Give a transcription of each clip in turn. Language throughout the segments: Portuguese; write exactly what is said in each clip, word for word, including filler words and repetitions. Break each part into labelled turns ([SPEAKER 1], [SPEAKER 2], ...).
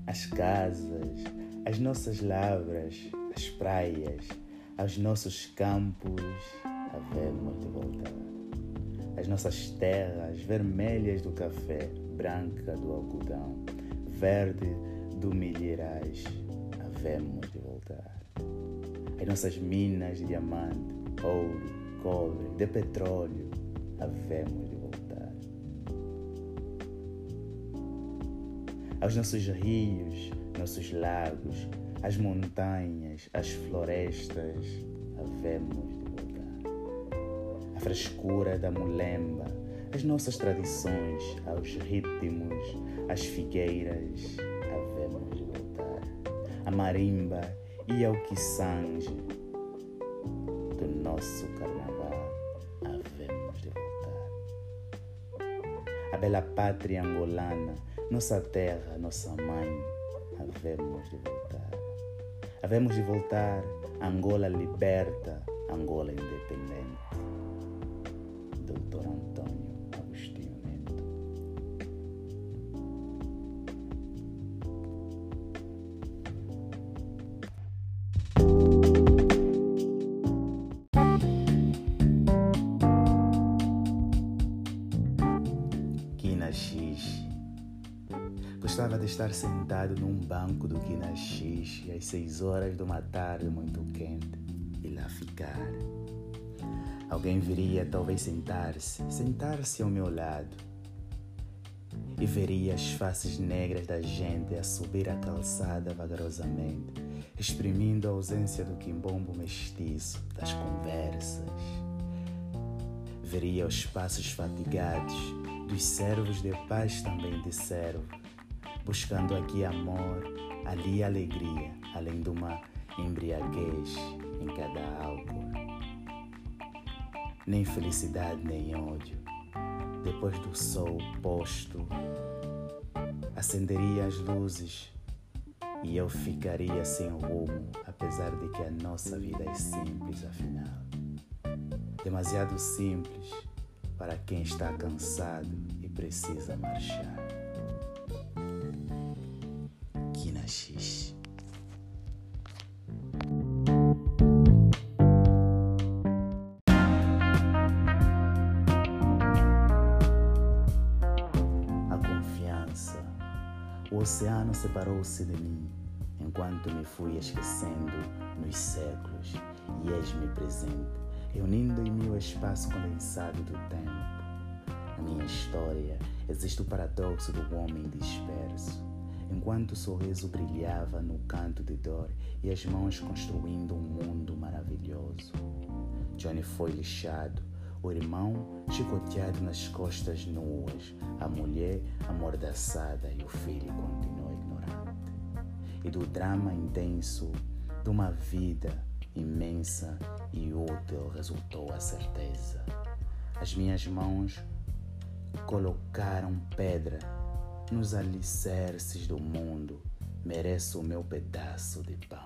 [SPEAKER 1] as casas, as nossas lavras, as praias, aos nossos campos, havemos de voltar. As nossas terras vermelhas do café, branca do algodão, verde do milheirais, havemos de voltar. As nossas minas de diamante, ouro, cobre, de petróleo, havemos de voltar. Aos nossos rios, nossos lagos, as montanhas, as florestas, havemos de voltar. A frescura da mulemba, as nossas tradições, aos ritmos, as figueiras, havemos de voltar. A marimba e ao quiçange do nosso carnaval, havemos de voltar. A bela pátria angolana, nossa terra, nossa mãe, havemos de voltar. Havemos de voltar, Angola liberta, Angola independente. doutor Antônio Agostinho Neto. Quinaxis. Gostava de estar sentado num banco do Quinaxis às seis horas de uma tarde muito quente e lá ficar. Alguém viria talvez sentar-se, sentar-se ao meu lado e veria as faces negras da gente a subir a calçada vagarosamente, exprimindo a ausência do quimbombo mestiço, das conversas. Veria os passos fatigados dos servos de paz também de servo, buscando aqui amor, ali alegria, além de uma embriaguez em cada álcool. Nem felicidade nem ódio. Depois do sol posto, acenderia as luzes e eu ficaria sem rumo, apesar de que a nossa vida é simples, afinal. Demasiado simples para quem está cansado e precisa marchar. Quinaxis. O oceano separou-se de mim, enquanto me fui esquecendo nos séculos, e eis-me presente, reunindo em mim o espaço condensado do tempo. Na minha história existe o paradoxo do homem disperso, enquanto o sorriso brilhava no canto de dor e as mãos construindo um mundo maravilhoso. Johnny foi lixado, o irmão chicoteado nas costas nuas, a mulher amordaçada e o filho continuou ignorante. E do drama intenso de uma vida imensa e útil resultou a certeza. As minhas mãos colocaram pedra nos alicerces do mundo. Mereço o meu pedaço de pão.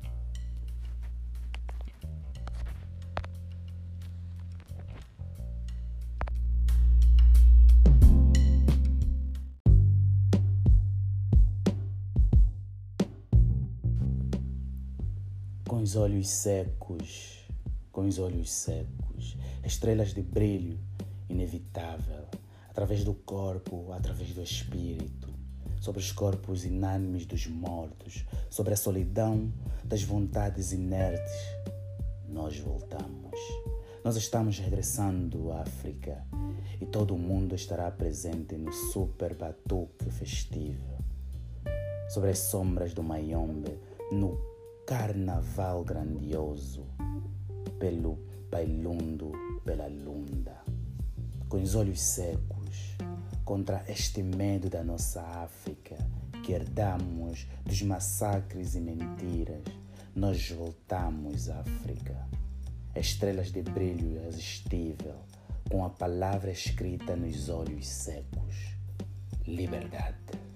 [SPEAKER 1] Com os olhos secos, com os olhos secos, estrelas de brilho inevitável, através do corpo, através do espírito, sobre os corpos inânimes dos mortos, sobre a solidão das vontades inertes, nós voltamos. Nós estamos regressando à África e todo o mundo estará presente no super batuque festivo, sobre as sombras do Mayombe, no carnaval grandioso, pelo bailundo, pela lunda, com os olhos secos, contra este medo da nossa África que herdamos dos massacres e mentiras, nós voltamos à África, estrelas de brilho irresistível, com a palavra escrita nos olhos secos: liberdade.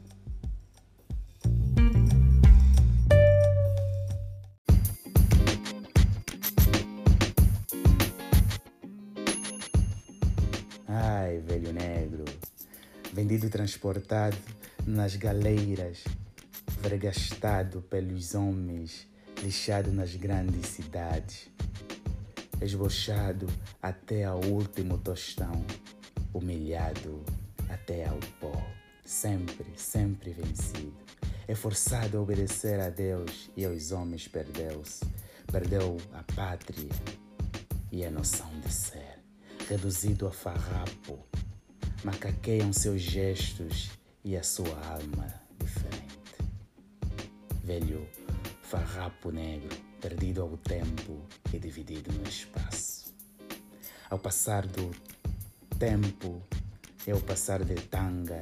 [SPEAKER 1] Ai, velho negro, vendido e transportado nas galeiras vergastado pelos homens, lixado nas grandes cidades, esbochado até ao último tostão, humilhado até ao pó, sempre, sempre vencido. É forçado a obedecer a Deus e aos homens perdeu-se, perdeu a pátria e a noção de ser. Reduzido a farrapo, macaqueiam seus gestos e a sua alma diferente. Velho farrapo negro, perdido ao tempo e dividido no espaço. Ao passar do tempo é o passar de tanga,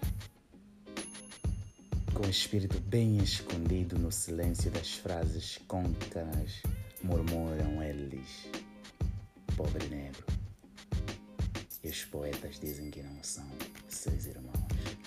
[SPEAKER 1] com o espírito bem escondido no silêncio das frases côncanas, murmuram eles, pobre negro. E os poetas dizem que não são seus irmãos.